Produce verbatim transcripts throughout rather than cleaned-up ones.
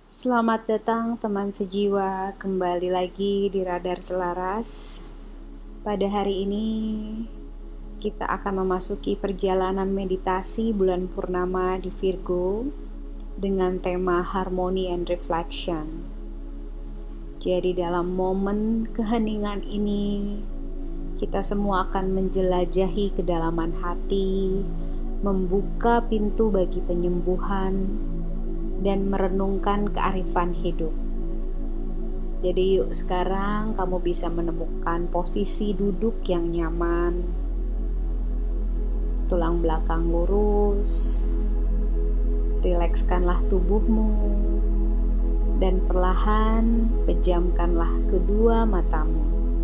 Selamat datang teman sejiwa, kembali lagi di Radar Selaras. Pada hari ini kita akan memasuki perjalanan meditasi bulan purnama di Virgo dengan tema Harmony and Reflection. Jadi dalam momen keheningan ini kita semua akan menjelajahi kedalaman hati, membuka pintu bagi penyembuhan dan merenungkan kearifan hidup. Jadi yuk sekarang kamu bisa menemukan posisi duduk yang nyaman, tulang belakang lurus, rilekskanlah tubuhmu, dan perlahan pejamkanlah kedua matamu.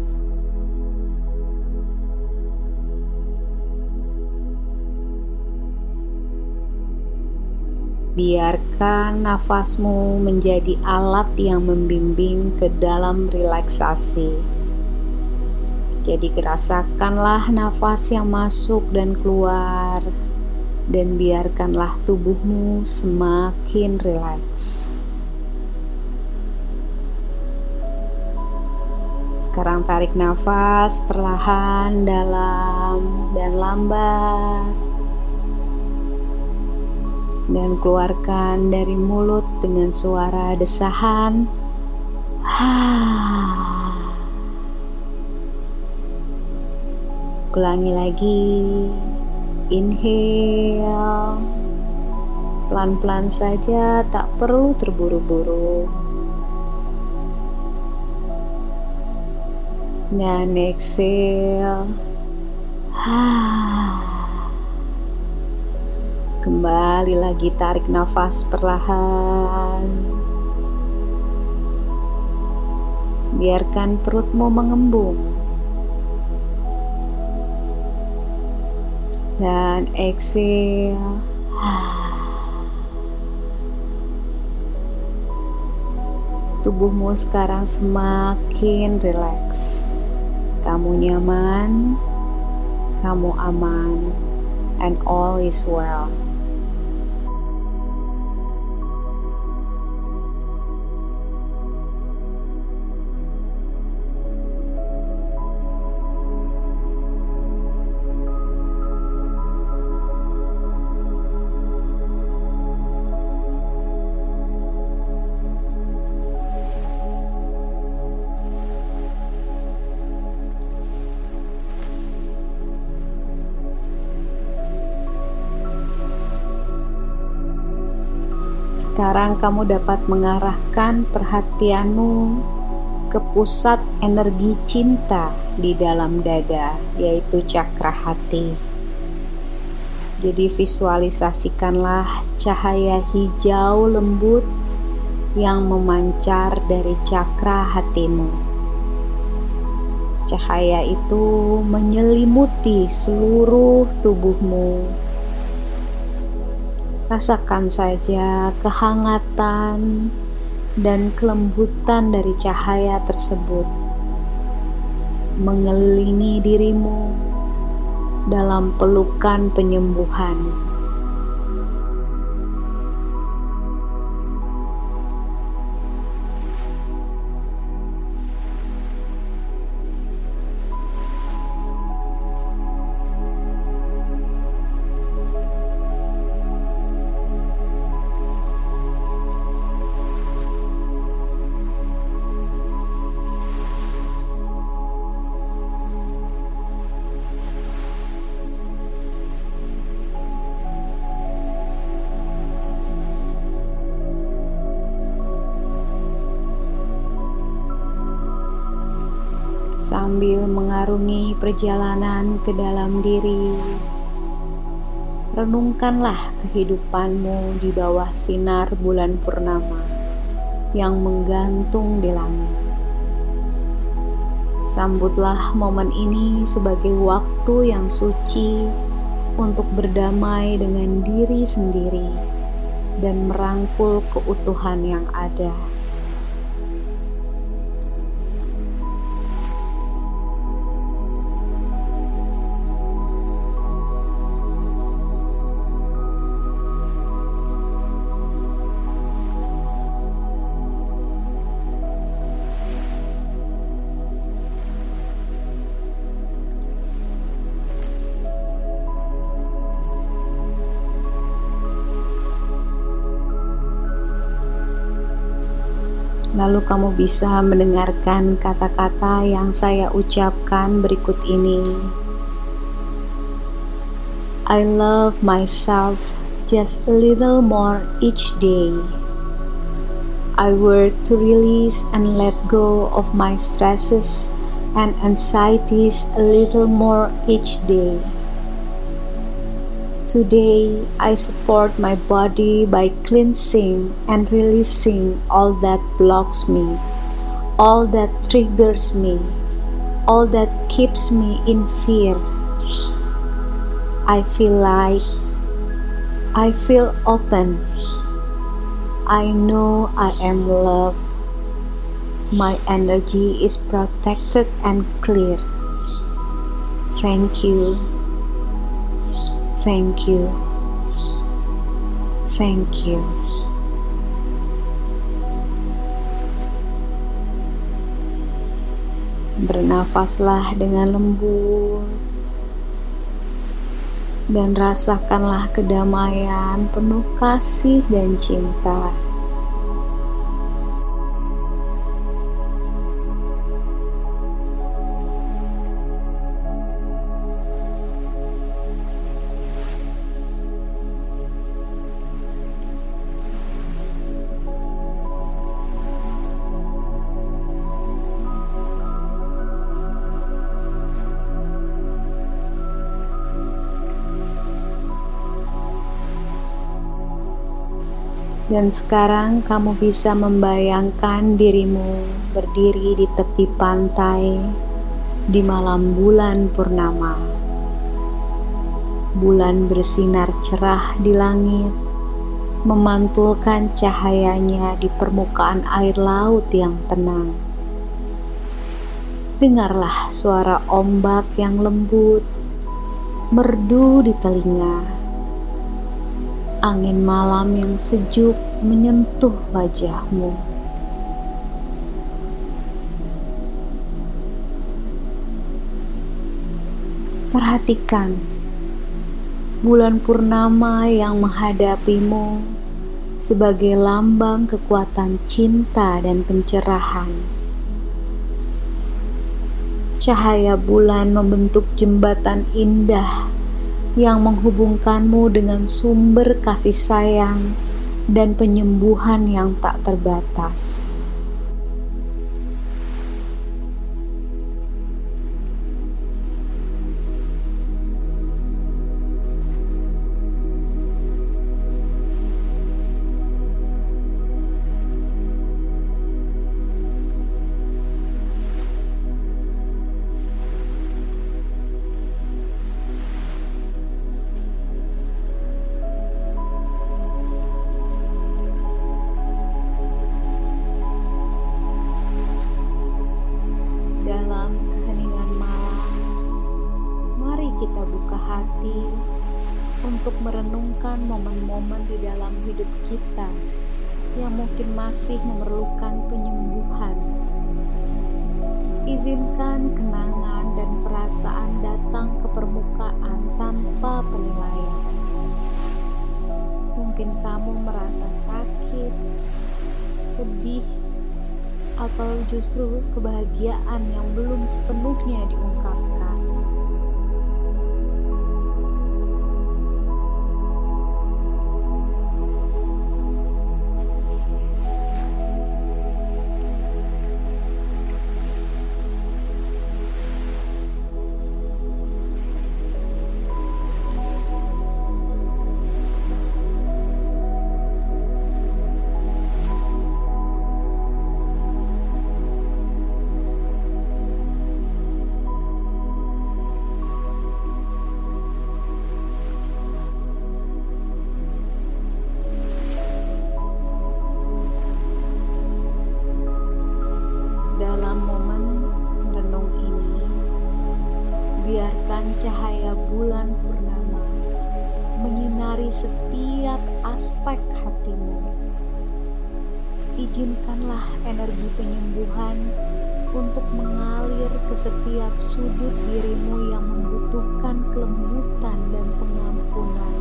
Biarkan nafasmu menjadi alat yang membimbing ke dalam relaksasi. Jadi rasakanlah nafas yang masuk dan keluar, dan biarkanlah tubuhmu semakin rileks. Sekarang tarik nafas perlahan, dalam dan lambat. Dan keluarkan dari mulut dengan suara desahan. Ulangi lagi. Inhale. Pelan-pelan saja, tak perlu terburu-buru. Dan exhale. Kembali lagi, tarik nafas perlahan. Biarkan perutmu mengembung. Dan exhale. Tubuhmu sekarang semakin rileks. Kamu nyaman, kamu aman, and all is well. Sekarang kamu dapat mengarahkan perhatianmu ke pusat energi cinta di dalam dada, yaitu cakra hati. Jadi visualisasikanlah cahaya hijau lembut yang memancar dari cakra hatimu. Cahaya itu menyelimuti seluruh tubuhmu. Rasakan saja kehangatan dan kelembutan dari cahaya tersebut mengelilingi dirimu dalam pelukan penyembuhan. Sambil mengarungi perjalanan ke dalam diri, renungkanlah kehidupanmu di bawah sinar bulan purnama yang menggantung di langit. Sambutlah momen ini sebagai waktu yang suci untuk berdamai dengan diri sendiri dan merangkul keutuhan yang ada. Lalu kamu bisa mendengarkan kata-kata yang saya ucapkan berikut ini. I love myself just a little more each day. I work to release and let go of my stresses and anxieties a little more each day. Today, I support my body by cleansing and releasing all that blocks me, all that triggers me, all that keeps me in fear. I feel light. I feel open. I know I am loved. My energy is protected and clear. Thank you. Thank you. Thank you. Bernafaslah dengan lembut dan rasakanlah kedamaian penuh kasih dan cinta. Dan sekarang kamu bisa membayangkan dirimu berdiri di tepi pantai di malam bulan purnama. Bulan bersinar cerah di langit, memantulkan cahayanya di permukaan air laut yang tenang. Dengarlah suara ombak yang lembut, merdu di telinga. Angin malam yang sejuk menyentuh wajahmu. Perhatikan bulan purnama yang menghadapimu sebagai lambang kekuatan cinta dan pencerahan. Cahaya bulan membentuk jembatan indah yang menghubungkanmu dengan sumber kasih sayang dan penyembuhan yang tak terbatas. Kita buka hati untuk merenungkan momen-momen di dalam hidup kita yang mungkin masih memerlukan penyembuhan. Izinkan kenangan dan perasaan datang ke permukaan tanpa penilaian. Mungkin kamu merasa sakit, sedih, atau justru kebahagiaan yang belum sepenuhnya diungkapkan. Biarkan cahaya bulan purnama menyinari setiap aspek hatimu. Izinkanlah energi penyembuhan untuk mengalir ke setiap sudut dirimu yang membutuhkan kelembutan dan pengampunan.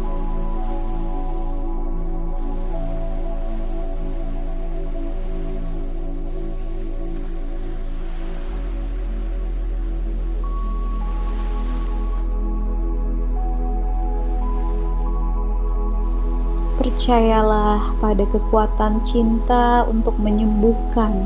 Percayalah pada kekuatan cinta untuk menyembuhkan.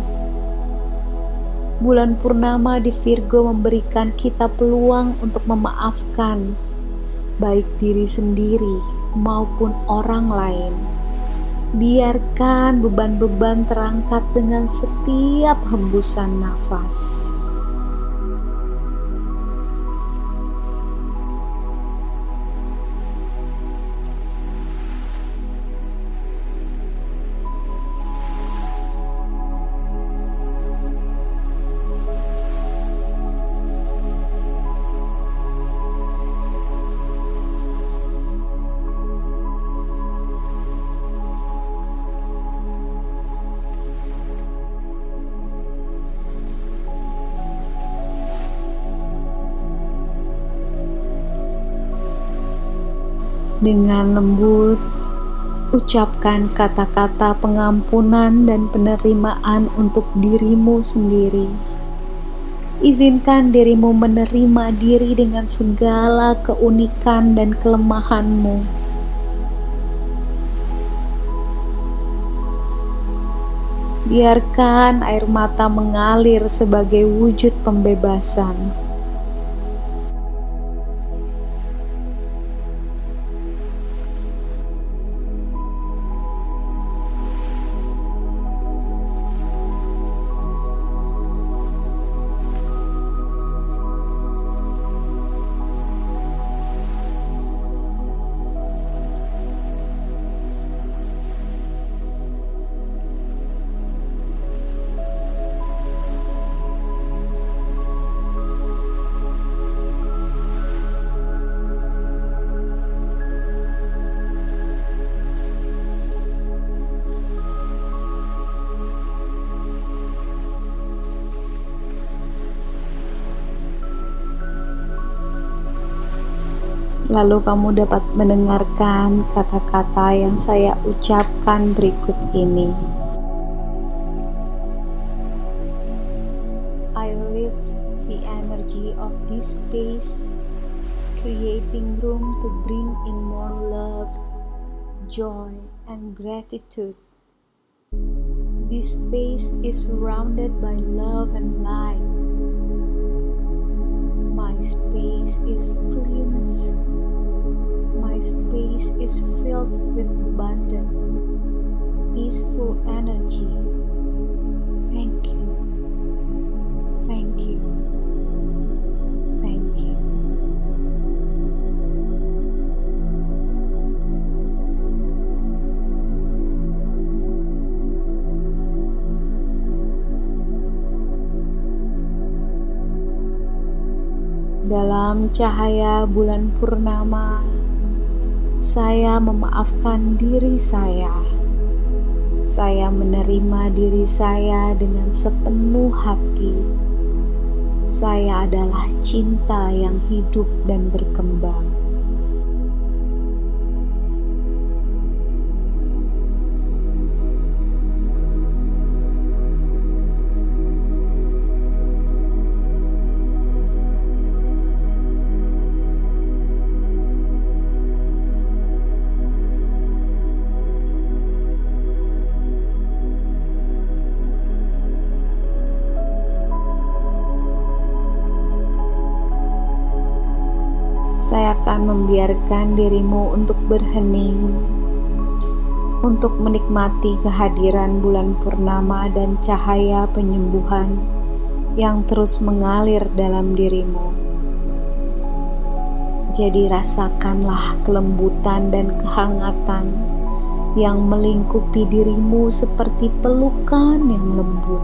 Bulan purnama di Virgo memberikan kita peluang untuk memaafkan, baik diri sendiri maupun orang lain. Biarkan beban-beban terangkat dengan setiap hembusan nafas. Dengan lembut, ucapkan kata-kata pengampunan dan penerimaan untuk dirimu sendiri. Izinkan dirimu menerima diri dengan segala keunikan dan kelemahanmu. Biarkan air mata mengalir sebagai wujud pembebasan. Lalu kamu dapat mendengarkan kata-kata yang saya ucapkan berikut ini. I lift the energy of this space, creating room to bring in more love, joy, and gratitude. This space is surrounded by love and light. My space is cleansed. My space is filled with abundant, peaceful energy. Thank you. Thank you. Thank you. Dalam cahaya bulan purnama, saya memaafkan diri saya. Saya menerima diri saya dengan sepenuh hati. Saya adalah cinta yang hidup dan berkembang. Saya akan membiarkan dirimu untuk berhening, untuk menikmati kehadiran bulan purnama dan cahaya penyembuhan yang terus mengalir dalam dirimu. Jadi rasakanlah kelembutan dan kehangatan yang melingkupi dirimu seperti pelukan yang lembut.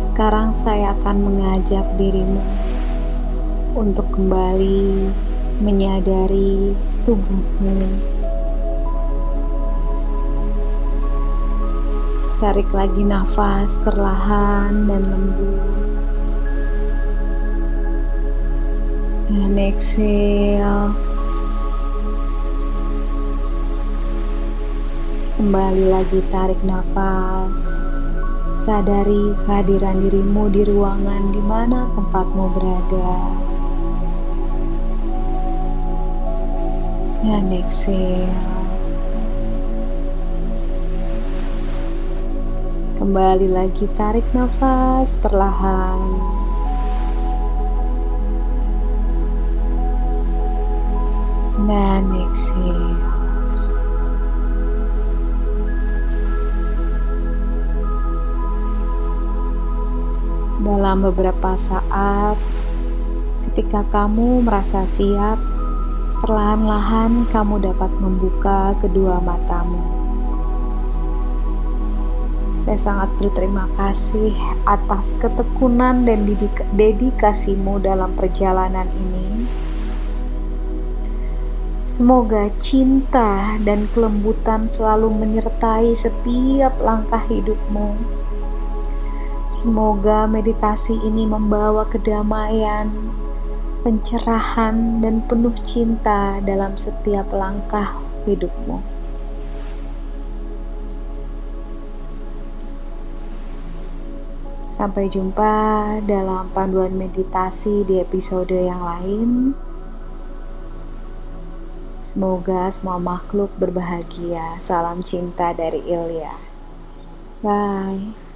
Sekarang saya akan mengajak dirimu untuk kembali menyadari tubuhmu. Tarik lagi nafas perlahan dan lembut. Dan exhale. Kembali lagi tarik nafas. Sadari kehadiran dirimu di ruangan di mana tempatmu berada. Dan exhale. Kembali lagi tarik nafas perlahan. Dan exhale. Dalam beberapa saat, ketika kamu merasa siap, perlahan-lahan kamu dapat membuka kedua matamu. Saya sangat berterima kasih atas ketekunan dan dedikasimu dalam perjalanan ini. Semoga cinta dan kelembutan selalu menyertai setiap langkah hidupmu. Semoga meditasi ini membawa kedamaian, pencerahan, dan penuh cinta dalam setiap langkah hidupmu. Sampai jumpa dalam panduan meditasi di episode yang lain. Semoga semua makhluk berbahagia. Salam cinta dari Ilya. Bye.